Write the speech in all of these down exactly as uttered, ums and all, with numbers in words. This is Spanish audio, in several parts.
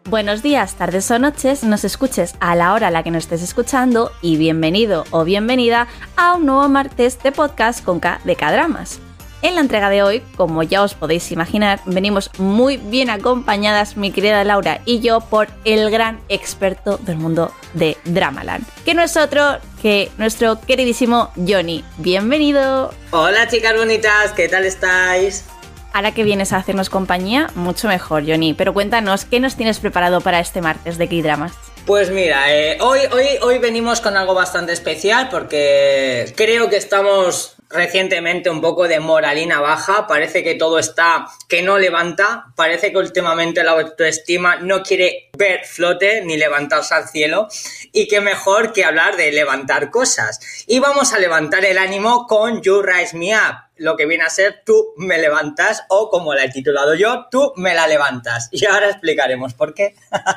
Buenos días, tardes o noches, nos escuches a la hora a la que nos estés escuchando y bienvenido o bienvenida a un nuevo martes de podcast con K de K-Dramas. En la entrega de hoy, como ya os podéis imaginar, venimos muy bien acompañadas mi querida Laura y yo por el gran experto del mundo de Dramaland, que no es otro que nuestro queridísimo Johnny. ¡Bienvenido! Hola chicas bonitas, ¿qué tal estáis? Ahora que vienes a hacernos compañía, mucho mejor, Johnny. Pero cuéntanos, ¿qué nos tienes preparado para este martes de K-Dramas? Pues mira, eh, hoy, hoy, hoy venimos con algo bastante especial porque creo que estamos recientemente un poco de moralina baja. Parece que todo está que no levanta, parece que últimamente la autoestima no quiere ver flote ni levantarse al cielo, y qué mejor que hablar de levantar cosas. Y vamos a levantar el ánimo con You Raise Me Up, lo que viene a ser Tú me levantas, o como la he titulado yo, Tú me la levantas. Y ahora explicaremos por qué.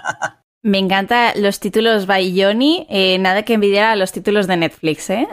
Me encantan los títulos by Johnny, eh, nada que envidiar a los títulos de Netflix, ¿eh?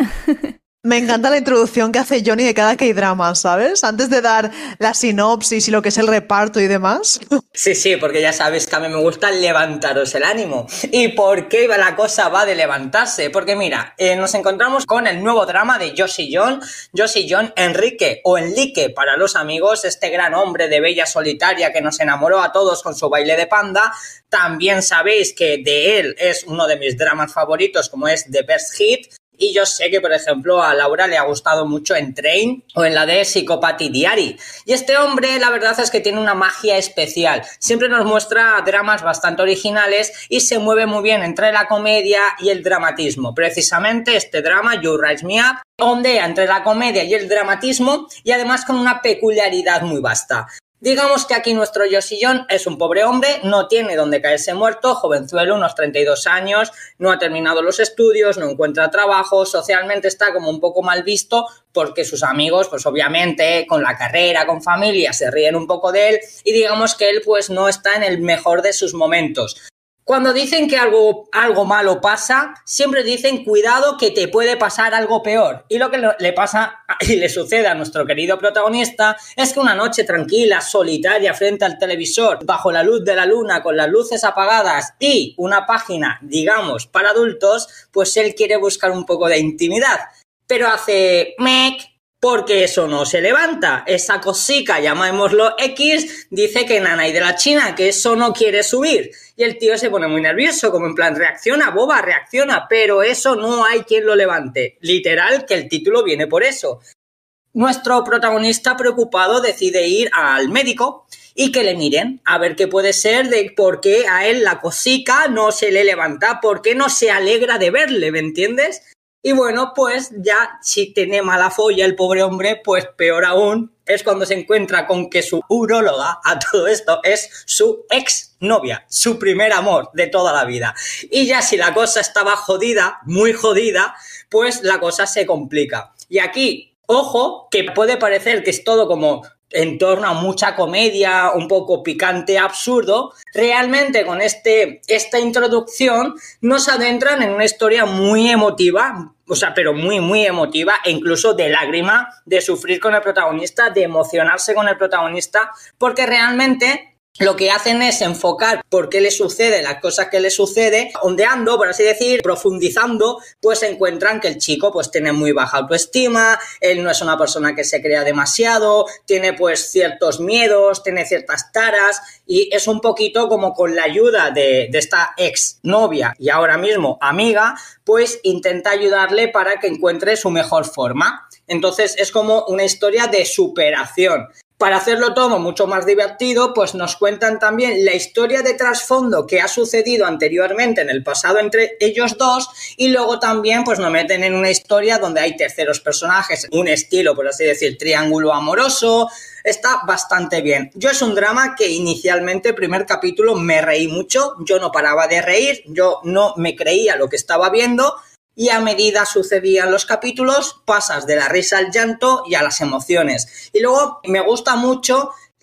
Me encanta la introducción que hace Johnny de cada K-drama, ¿sabes? Antes de dar la sinopsis y lo que es el reparto y demás. Sí, sí, porque ya sabéis que a mí me gusta levantaros el ánimo. ¿Y por qué la cosa va de levantarse? Porque mira, eh, nos encontramos con el nuevo drama de Josie John, Josie John Enrique, o Enrique para los amigos, este gran hombre de bella solitaria que nos enamoró a todos con su baile de panda. También sabéis que de él es uno de mis dramas favoritos, como es The Best Hit. Y yo sé que, por ejemplo, a Laura le ha gustado mucho en Train o en la de Psychopathy Diary. Y este hombre, la verdad es que tiene una magia especial. Siempre nos muestra dramas bastante originales y se mueve muy bien entre la comedia y el dramatismo. Precisamente este drama, You Raise Me Up, ondea entre la comedia y el dramatismo, y además con una peculiaridad muy vasta. Digamos que aquí nuestro Josie John es un pobre hombre, no tiene donde caerse muerto, jovenzuelo, unos treinta y dos años, no ha terminado los estudios, no encuentra trabajo, socialmente está como un poco mal visto porque sus amigos, pues obviamente, con la carrera, con familia, se ríen un poco de él, y digamos que él pues no está en el mejor de sus momentos. Cuando dicen que algo, algo malo pasa, siempre dicen cuidado que te puede pasar algo peor. Y lo que le pasa y le sucede a nuestro querido protagonista es que una noche tranquila, solitaria, frente al televisor, bajo la luz de la luna, con las luces apagadas y una página, digamos, para adultos, pues él quiere buscar un poco de intimidad. Pero hace mec, porque eso no se levanta. Esa cosica, llamémoslo X, dice que nanay de la China, que eso no quiere subir. Y el tío se pone muy nervioso, como en plan, reacciona, boba, reacciona, pero eso no hay quien lo levante. Literal, que el título viene por eso. Nuestro protagonista, preocupado, decide ir al médico y que le miren, a ver qué puede ser, de por qué a él la cosica no se le levanta, por qué no se alegra de verle, ¿me entiendes? Y bueno, pues ya si tiene mala folla el pobre hombre, pues peor aún es cuando se encuentra con que su uróloga a todo esto es su ex novia, su primer amor de toda la vida. Y ya si la cosa estaba jodida, muy jodida, pues la cosa se complica. Y aquí, ojo, que puede parecer que es todo como en torno a mucha comedia, un poco picante, absurdo. Realmente con este, esta introducción nos adentran en una historia muy emotiva, o sea, pero muy, muy emotiva, e incluso de lágrima, de sufrir con el protagonista, de emocionarse con el protagonista, porque realmente lo que hacen es enfocar por qué le sucede las cosas que le sucede, ondeando, por así decir, profundizando, pues encuentran que el chico pues tiene muy baja autoestima, él no es una persona que se crea demasiado, tiene pues ciertos miedos, tiene ciertas taras, y es un poquito como con la ayuda de, de esta ex novia y ahora mismo amiga, pues intenta ayudarle para que encuentre su mejor forma. Entonces es como una historia de superación. Para hacerlo todo mucho más divertido, pues nos cuentan también la historia de trasfondo que ha sucedido anteriormente en el pasado entre ellos dos, y luego también pues nos meten en una historia donde hay terceros personajes, un estilo, por así decir, triángulo amoroso. Está bastante bien. Yo es un drama que inicialmente, primer capítulo, me reí mucho, yo no paraba de reír, yo no me creía lo que estaba viendo. Y a medida sucedían los capítulos, pasas de la risa al llanto y a las emociones. Y luego me gusta mucho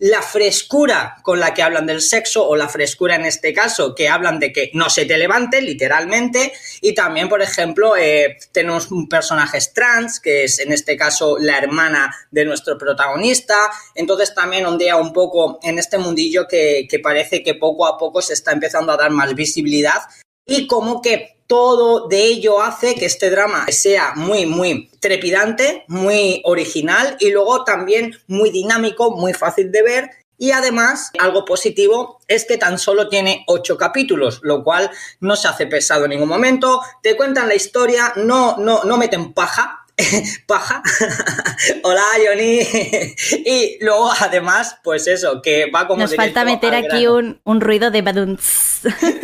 la frescura con la que hablan del sexo, o la frescura en este caso, que hablan de que no se te levante, literalmente, y también, por ejemplo, eh, tenemos un personaje trans, que es en este caso la hermana de nuestro protagonista, entonces también ondea un poco en este mundillo que, que parece que poco a poco se está empezando a dar más visibilidad, y como que todo de ello hace que este drama sea muy, muy trepidante, muy original y luego también muy dinámico, muy fácil de ver. Y además, algo positivo es que tan solo tiene ocho capítulos, lo cual no se hace pesado en ningún momento. Te cuentan la historia, no, no, no meten paja. Paja. Hola, Johnny. Y luego, además, pues eso, que va como nos falta meter aquí un, un ruido de badunts.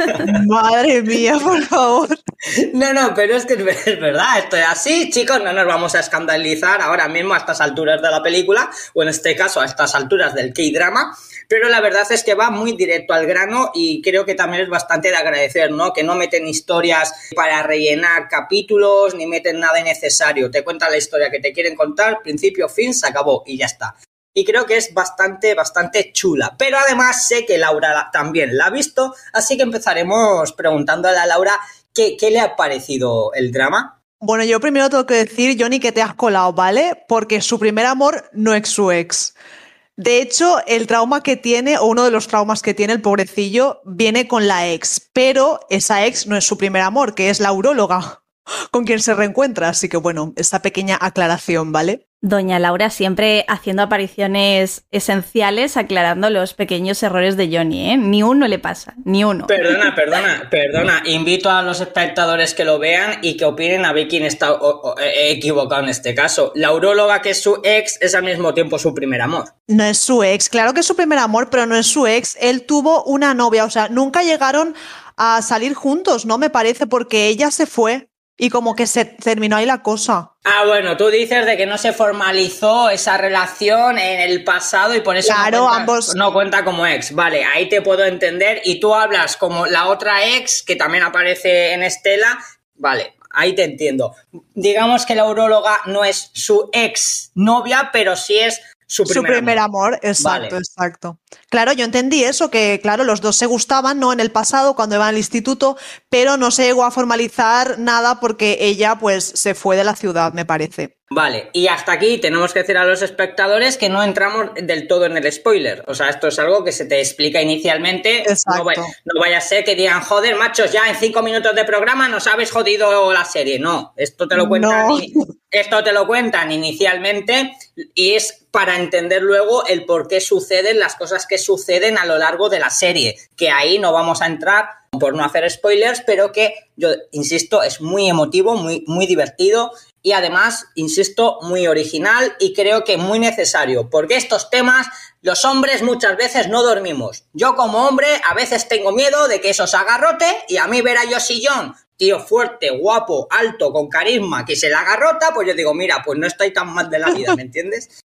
Madre mía, por favor. No, no, pero es que es verdad, esto es así, chicos, no nos vamos a escandalizar ahora mismo a estas alturas de la película, o en este caso a estas alturas del K-drama, pero la verdad es que va muy directo al grano y creo que también es bastante de agradecer, ¿no? Que no meten historias para rellenar capítulos, ni meten nada innecesario, te cuentan la historia que te quieren contar, principio, fin, se acabó y ya está. Y creo que es bastante, bastante chula. Pero además sé que Laura también la ha visto, así que empezaremos preguntándole a Laura qué, qué le ha parecido el drama. Bueno, yo primero tengo que decir, Johnny, que te has colado, ¿vale? Porque su primer amor no es su ex. De hecho, el trauma que tiene, o uno de los traumas que tiene el pobrecillo, viene con la ex. Pero esa ex no es su primer amor, que es la uróloga con quien se reencuentra. Así que bueno, esta pequeña aclaración, ¿vale? Doña Laura siempre haciendo apariciones esenciales, aclarando los pequeños errores de Johnny, ¿eh? Ni uno le pasa, ni uno. Perdona, perdona, perdona. Invito a los espectadores que lo vean y que opinen a ver quién está o, o, equivocado en este caso. La uróloga, que es su ex, es al mismo tiempo su primer amor. No es su ex, claro que es su primer amor, pero no es su ex. Él tuvo una novia, o sea, nunca llegaron a salir juntos, ¿no? Me parece, porque ella se fue. Y como que se terminó ahí la cosa. Ah, bueno, tú dices de que no se formalizó esa relación en el pasado y por eso claro, no, cuenta, ambos... no cuenta como ex. Vale, ahí te puedo entender. Y tú hablas como la otra ex, que también aparece en Estela. Vale, ahí te entiendo. Digamos que la uróloga no es su ex novia, pero sí es su primer, su primer amor. amor. Exacto, vale. exacto. Claro, yo entendí eso, que claro, los dos se gustaban, ¿no? En el pasado, cuando iban al instituto, pero no se llegó a formalizar nada porque ella, pues, se fue de la ciudad, me parece. Vale, y hasta aquí tenemos que decir a los espectadores que no entramos del todo en el spoiler. O sea, esto es algo que se te explica inicialmente. Exacto. No vaya, no vaya a ser que digan, joder, machos, ya en cinco minutos de programa nos habéis jodido la serie. No, esto te lo cuentan, no. esto te lo cuentan inicialmente y es para entender luego el por qué suceden las cosas que suceden a lo largo de la serie. Que ahí no vamos a entrar por no hacer spoilers, pero que, yo insisto, es muy emotivo, muy, muy divertido y además, insisto, muy original y creo que muy necesario, porque estos temas los hombres muchas veces no dormimos. Yo como hombre a veces tengo miedo de que eso se agarrote y a mí ver a Josie John, tío fuerte, guapo, alto, con carisma, que se la agarrota, pues yo digo, mira, pues no estoy tan mal de la vida, ¿me entiendes?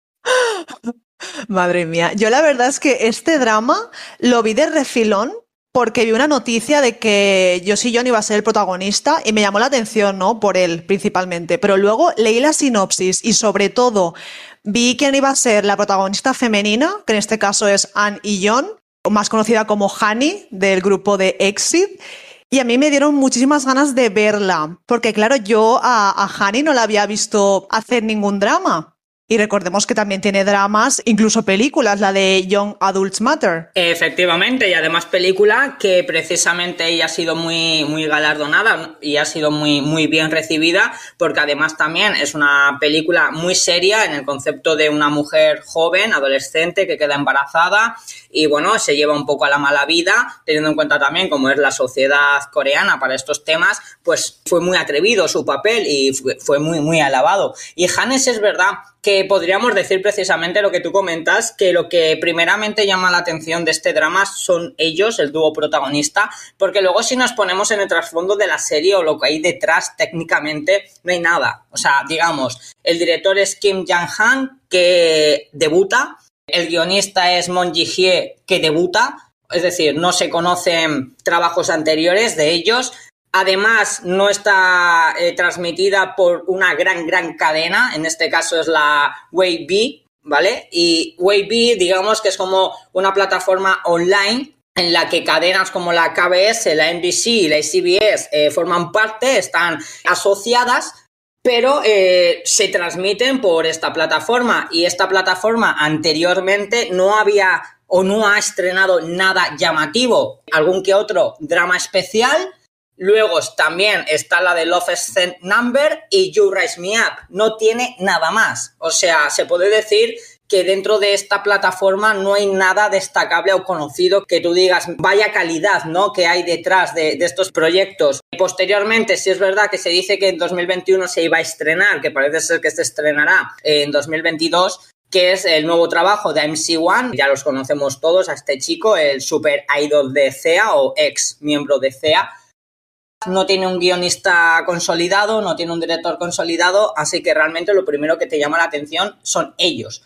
Madre mía, yo la verdad es que este drama lo vi de refilón porque vi una noticia de que Josie John iba a ser el protagonista y me llamó la atención, ¿no? Por él, principalmente. Pero luego leí la sinopsis y, sobre todo, vi quién iba a ser la protagonista femenina, que en este caso es Anne Illón, más conocida como Honey, del grupo de Exit. Y a mí me dieron muchísimas ganas de verla, porque, claro, yo a, a Honey no la había visto hacer ningún drama. Y recordemos que también tiene dramas, incluso películas, la de Young Adults Matter. Efectivamente, y además película que precisamente ella ha sido muy, muy galardonada y ha sido muy, muy bien recibida, porque además también es una película muy seria en el concepto de una mujer joven, adolescente, que queda embarazada y bueno, se lleva un poco a la mala vida, teniendo en cuenta también cómo es la sociedad coreana para estos temas, pues fue muy atrevido su papel y fue, fue muy, muy alabado. Y Hannes es verdad que podríamos decir precisamente lo que tú comentas, que lo que primeramente llama la atención de este drama son ellos, el dúo protagonista, porque luego si nos ponemos en el trasfondo de la serie o lo que hay detrás técnicamente, no hay nada. O sea, digamos, el director es Kim Jang-han, que debuta, el guionista es Moon Ji-hye, que debuta, es decir, no se conocen trabajos anteriores de ellos. Además, no está eh, transmitida por una gran, gran cadena, en este caso es la Way B, ¿vale? Y Wavy, digamos que es como una plataforma online en la que cadenas como la K B S, la N B C y la C B S eh, forman parte, están asociadas, pero eh, se transmiten por esta plataforma, y esta plataforma anteriormente no había o no ha estrenado nada llamativo, algún que otro drama especial. Luego también está la de Love Scene Number y You Raise Me Up. No tiene nada más. O sea, se puede decir que dentro de esta plataforma no hay nada destacable o conocido que tú digas, vaya calidad, ¿no?, que hay detrás de, de estos proyectos. Posteriormente, sí es verdad que se dice que en dos mil veintiuno se iba a estrenar, que parece ser que se estrenará en dos mil veintidós, que es el nuevo trabajo de M C One. Ya los conocemos todos a este chico, el super idol de C E A o ex miembro de C E A. No tiene un guionista consolidado, no tiene un director consolidado, así que realmente lo primero que te llama la atención son ellos.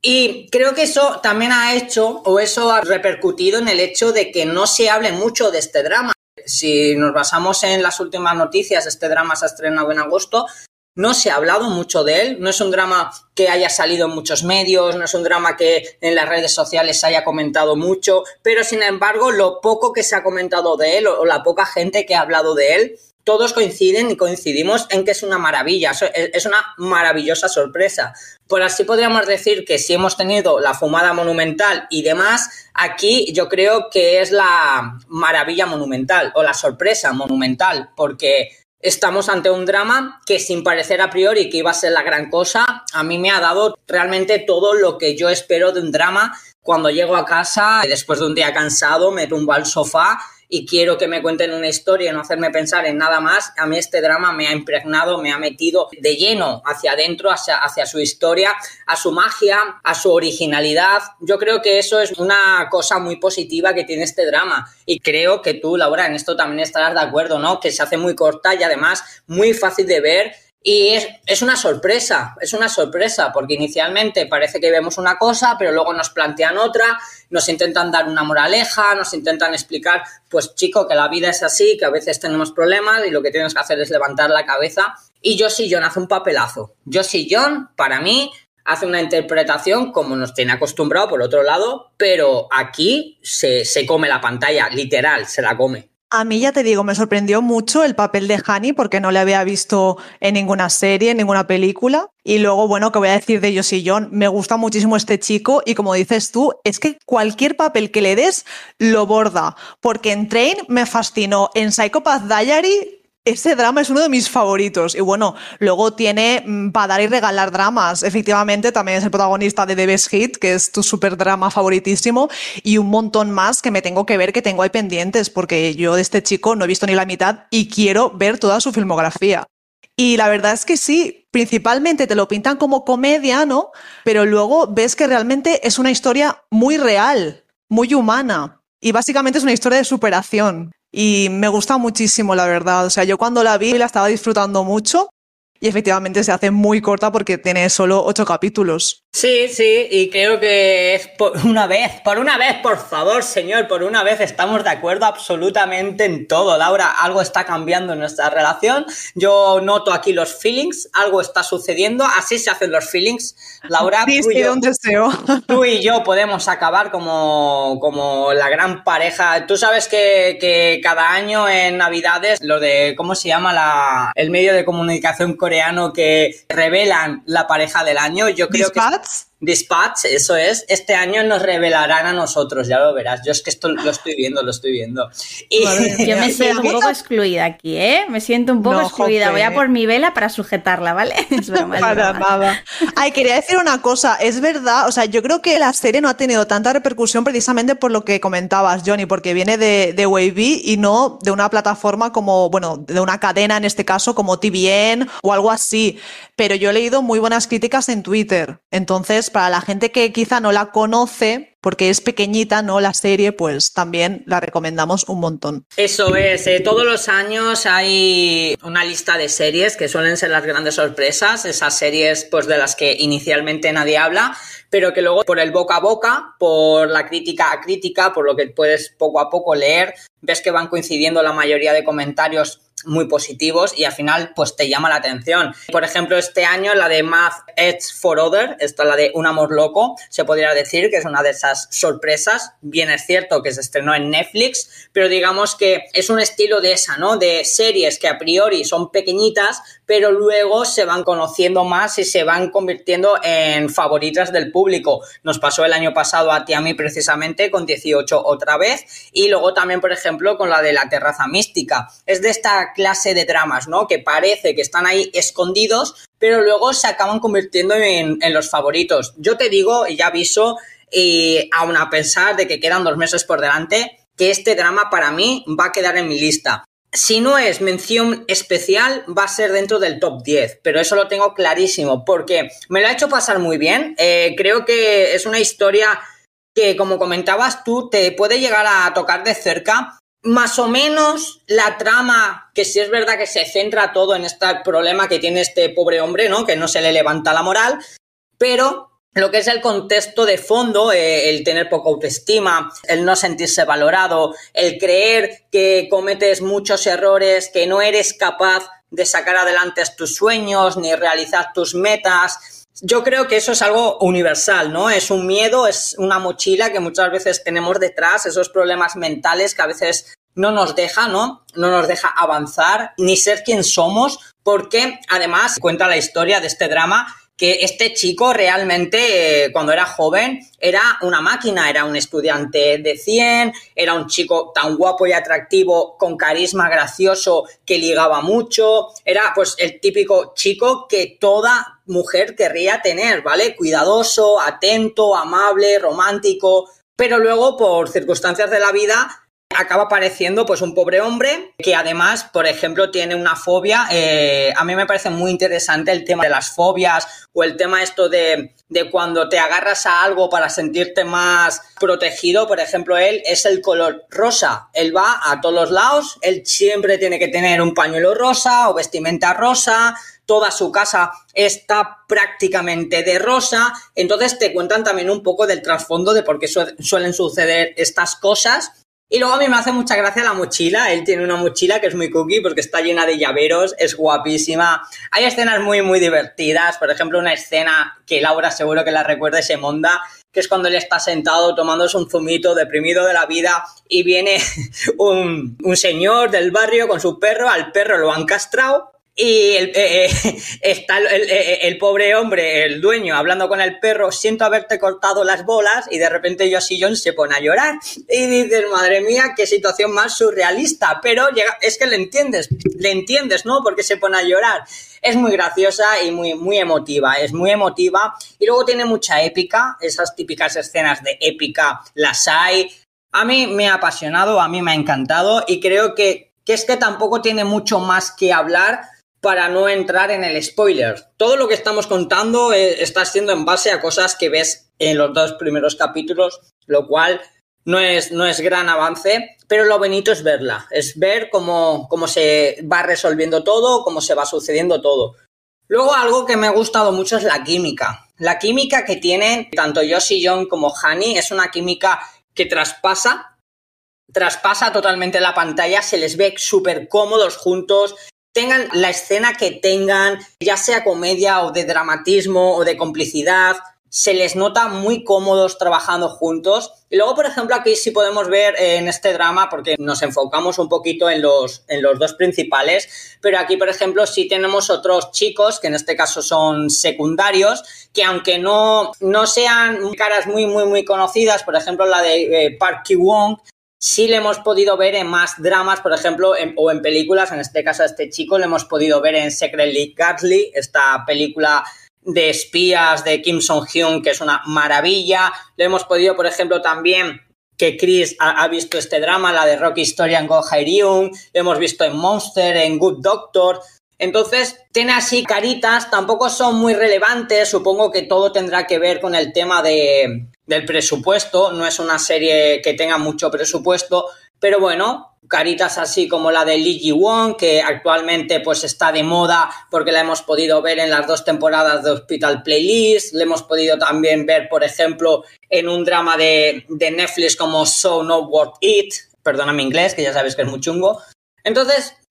Y creo que eso también ha hecho, o eso ha repercutido en el hecho de que no se hable mucho de este drama. Si nos basamos en las últimas noticias, este drama se ha estrenado en agosto, no se ha hablado mucho de él, no es un drama que haya salido en muchos medios, no es un drama que en las redes sociales se haya comentado mucho, pero sin embargo lo poco que se ha comentado de él o la poca gente que ha hablado de él, todos coinciden y coincidimos en que es una maravilla, es una maravillosa sorpresa. Por así podríamos decir que si hemos tenido la fumada monumental y demás, aquí yo creo que es la maravilla monumental o la sorpresa monumental, porque estamos ante un drama que, sin parecer a priori que iba a ser la gran cosa, a mí me ha dado realmente todo lo que yo espero de un drama. Cuando llego a casa, después de un día cansado, me tumbo al sofá y quiero que me cuenten una historia y no hacerme pensar en nada más. A mí este drama me ha impregnado, me ha metido de lleno hacia adentro, hacia, hacia su historia, a su magia, a su originalidad. Yo creo que eso es una cosa muy positiva que tiene este drama, y creo que tú, Laura, en esto también estarás de acuerdo, ¿no? Que se hace muy corta y además muy fácil de ver. Y es, es una sorpresa, es una sorpresa, porque inicialmente parece que vemos una cosa, pero luego nos plantean otra, nos intentan dar una moraleja, nos intentan explicar, pues chico, que la vida es así, que a veces tenemos problemas y lo que tienes que hacer es levantar la cabeza. Y Josie John hace un papelazo. Josie John, para mí, hace una interpretación como nos tiene acostumbrado por otro lado, pero aquí se, se come la pantalla, literal, se la come. A mí, ya te digo, me sorprendió mucho el papel de Honey porque no le había visto en ninguna serie, en ninguna película. Y luego, bueno, ¿qué voy a decir de Josie John? Me gusta muchísimo este chico y, como dices tú, es que cualquier papel que le des lo borda. Porque en Train me fascinó, en Psychopath Diary ese drama es uno de mis favoritos. Y bueno, luego tiene mmm, para dar y regalar dramas. Efectivamente, también es el protagonista de The Best Hit, que es tu super drama favoritísimo, y un montón más que me tengo que ver, que tengo ahí pendientes, porque yo de este chico no he visto ni la mitad y quiero ver toda su filmografía. Y la verdad es que sí, principalmente te lo pintan como comedia, ¿no? Pero luego ves que realmente es una historia muy real, muy humana. Y básicamente es una historia de superación. Y me gusta muchísimo, la verdad. O sea, yo cuando la vi la estaba disfrutando mucho, y efectivamente se hace muy corta porque tiene solo ocho capítulos. Sí, sí, y creo que es por una vez, por una vez, por favor, señor, por una vez estamos de acuerdo absolutamente en todo. Laura, algo está cambiando en nuestra relación. Yo noto aquí los feelings, algo está sucediendo, así se hacen los feelings. Laura, sí, tú, y sí, yo, un deseo. tú y yo podemos acabar como, como la gran pareja. Tú sabes que, que cada año en Navidades, lo de, ¿cómo se llama la, el medio de comunicación coreano que revelan la pareja del año? Yo creo ¿Dispatch? que Dispatch, eso es. Este año nos revelarán a nosotros, ya lo verás. Yo es que esto lo estoy viendo, lo estoy viendo. Y... Yo me siento un poco excluida aquí, ¿eh? Me siento un poco no, excluida. Jope. Voy a por mi vela para sujetarla, ¿vale? Es broma, es Para broma. nada. Ay, quería decir una cosa. Es verdad, o sea, yo creo que la serie no ha tenido tanta repercusión precisamente por lo que comentabas, Johnny, porque viene de, de Wavy y no de una plataforma como, bueno, de una cadena en este caso como T V N o algo así. Pero yo he leído muy buenas críticas en Twitter. Entonces, para la gente que quizá no la conoce, porque es pequeñita, ¿no?, la serie, pues también la recomendamos un montón. Eso es, eh, todos los años hay una lista de series que suelen ser las grandes sorpresas, esas series pues de las que inicialmente nadie habla, pero que luego por el boca a boca, por la crítica a crítica, por lo que puedes poco a poco leer, ves que van coincidiendo la mayoría de comentarios muy positivos y al final pues te llama la atención. Por ejemplo, este año la de Math It's for Other, esta la de Un amor loco, se podría decir que es una de esas sorpresas. Bien es cierto que se estrenó en Netflix, pero digamos que es un estilo de esa, ¿no? De series que a priori son pequeñitas, pero luego se van conociendo más y se van convirtiendo en favoritas del público. Nos pasó el año pasado a ti y a mí precisamente con dieciocho otra vez, y luego también, por ejemplo, con la de La terraza mística. Es de esta clase de dramas, ¿no? Que parece que están ahí escondidos, pero luego se acaban convirtiendo en, en los favoritos. Yo te digo, y ya aviso, y aun a pesar de que quedan dos meses por delante, que este drama para mí va a quedar en mi lista. Si no es mención especial, va a ser dentro del top diez, pero eso lo tengo clarísimo, porque me lo ha hecho pasar muy bien. Eh, creo que es una historia que, como comentabas tú, te puede llegar a tocar de cerca. Más o menos la trama, que sí es verdad que se centra todo en este problema que tiene este pobre hombre, ¿no? Que no se le levanta la moral, pero lo que es el contexto de fondo, eh, el tener poca autoestima, el no sentirse valorado, el creer que cometes muchos errores, que no eres capaz de sacar adelante tus sueños ni realizar tus metas. Yo creo que eso es algo universal, ¿no? Es un miedo, es una mochila que muchas veces tenemos detrás, esos problemas mentales que a veces no nos deja, ¿no? No nos deja avanzar ni ser quien somos, porque además cuenta la historia de este drama que este chico realmente, eh, cuando era joven, era una máquina, era un estudiante de cien, era un chico tan guapo y atractivo, con carisma, gracioso, que ligaba mucho, era pues el típico chico que toda mujer querría tener, ¿vale? Cuidadoso, atento, amable, romántico, pero luego por circunstancias de la vida acaba apareciendo pues un pobre hombre que además, por ejemplo, tiene una fobia. Eh, a mí me parece muy interesante el tema de las fobias o el tema esto de, de cuando te agarras a algo para sentirte más protegido. Por ejemplo, él es el color rosa. Él va a todos los lados, él siempre tiene que tener un pañuelo rosa o vestimenta rosa. Toda su casa está prácticamente de rosa. Entonces te cuentan también un poco del trasfondo de por qué su- suelen suceder estas cosas. Y luego a mí me hace mucha gracia la mochila. Él tiene una mochila que es muy cookie porque está llena de llaveros, es guapísima. Hay escenas muy, muy divertidas. Por ejemplo, una escena que Laura seguro que la recuerda, se monda, que es cuando él está sentado tomándose un zumito, deprimido de la vida, y viene un, un señor del barrio con su perro. Al perro lo han castrado. Y el, eh, eh, está el, el, el pobre hombre, el dueño, hablando con el perro: siento haberte cortado las bolas, y de repente Josie John se pone a llorar y dices, madre mía, qué situación más surrealista, pero llega, es que le entiendes, le entiendes, ¿no? Porque se pone a llorar. Es muy graciosa y muy, muy emotiva, es muy emotiva, y luego tiene mucha épica, esas típicas escenas de épica las hay. A mí me ha apasionado, a mí me ha encantado, y creo que, que es que tampoco tiene mucho más que hablar para no entrar en el spoiler. Todo lo que estamos contando eh, está siendo en base a cosas que ves en los dos primeros capítulos, lo cual no es, no es gran avance, pero lo bonito es verla, es ver cómo, cómo se va resolviendo todo, cómo se va sucediendo todo. Luego, algo que me ha gustado mucho es la química. La química que tienen tanto Josie John como Honey es una química que traspasa, traspasa totalmente la pantalla, se les ve súper cómodos juntos. Tengan la escena que tengan, ya sea comedia o de dramatismo o de complicidad, se les nota muy cómodos trabajando juntos. Y luego, por ejemplo, aquí sí podemos ver en este drama, porque nos enfocamos un poquito en los, en los dos principales, pero aquí, por ejemplo, sí tenemos otros chicos, que en este caso son secundarios, que aunque no, no sean caras muy, muy, muy conocidas, por ejemplo, la de eh, Park Ki-won, sí le hemos podido ver en más dramas, por ejemplo, en, o en películas. En este caso a este chico le hemos podido ver en Secretly Ghastly, esta película de espías de Kim Song-hyun, que es una maravilla. Le hemos podido, por ejemplo, también, que Chris ha, ha visto este drama, la de Rocky Story and Go Hae-ryung, lo hemos visto en Monster, en Good Doctor. Entonces, tiene así caritas, tampoco son muy relevantes, supongo que todo tendrá que ver con el tema de, del presupuesto, no es una serie que tenga mucho presupuesto, pero bueno, caritas así como la de Lee Ji-won, que actualmente pues está de moda porque la hemos podido ver en las dos temporadas de Hospital Playlist, le hemos podido también ver, por ejemplo, en un drama de, de Netflix como So Not Worth It, perdona mi inglés, que ya sabes que es muy chungo. Entonces,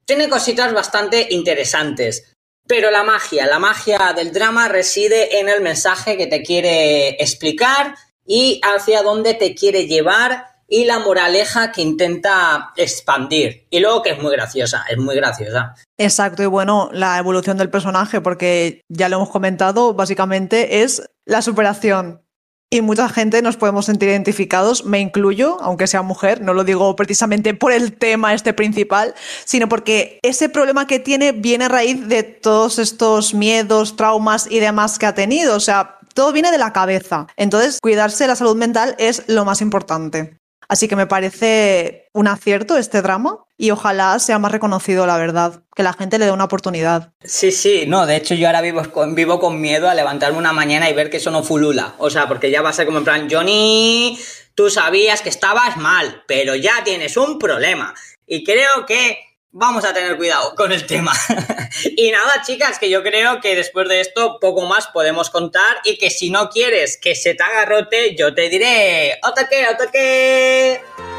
tiene cositas bastante interesantes. Pero la magia, la magia del drama reside en el mensaje que te quiere explicar y hacia dónde te quiere llevar y la moraleja que intenta expandir. Y luego que es muy graciosa, es muy graciosa. Exacto, y bueno, la evolución del personaje, porque ya lo hemos comentado, básicamente es la superación. Y mucha gente nos podemos sentir identificados, me incluyo, aunque sea mujer, no lo digo precisamente por el tema este principal, sino porque ese problema que tiene viene a raíz de todos estos miedos, traumas y demás que ha tenido, o sea, todo viene de la cabeza. Entonces, cuidarse de la salud mental es lo más importante. Así que me parece un acierto este drama y ojalá sea más reconocido, la verdad, que la gente le dé una oportunidad. Sí, sí, no, de hecho yo ahora vivo con, vivo con miedo a levantarme una mañana y ver que eso no fulula, o sea, porque ya va a ser como en plan, Johnny, tú sabías que estabas mal, pero ya tienes un problema y creo que vamos a tener cuidado con el tema. Y nada, chicas, que yo creo que después de esto poco más podemos contar y que si no quieres que se te agarrote, yo te diré, ¡otaque, otaque!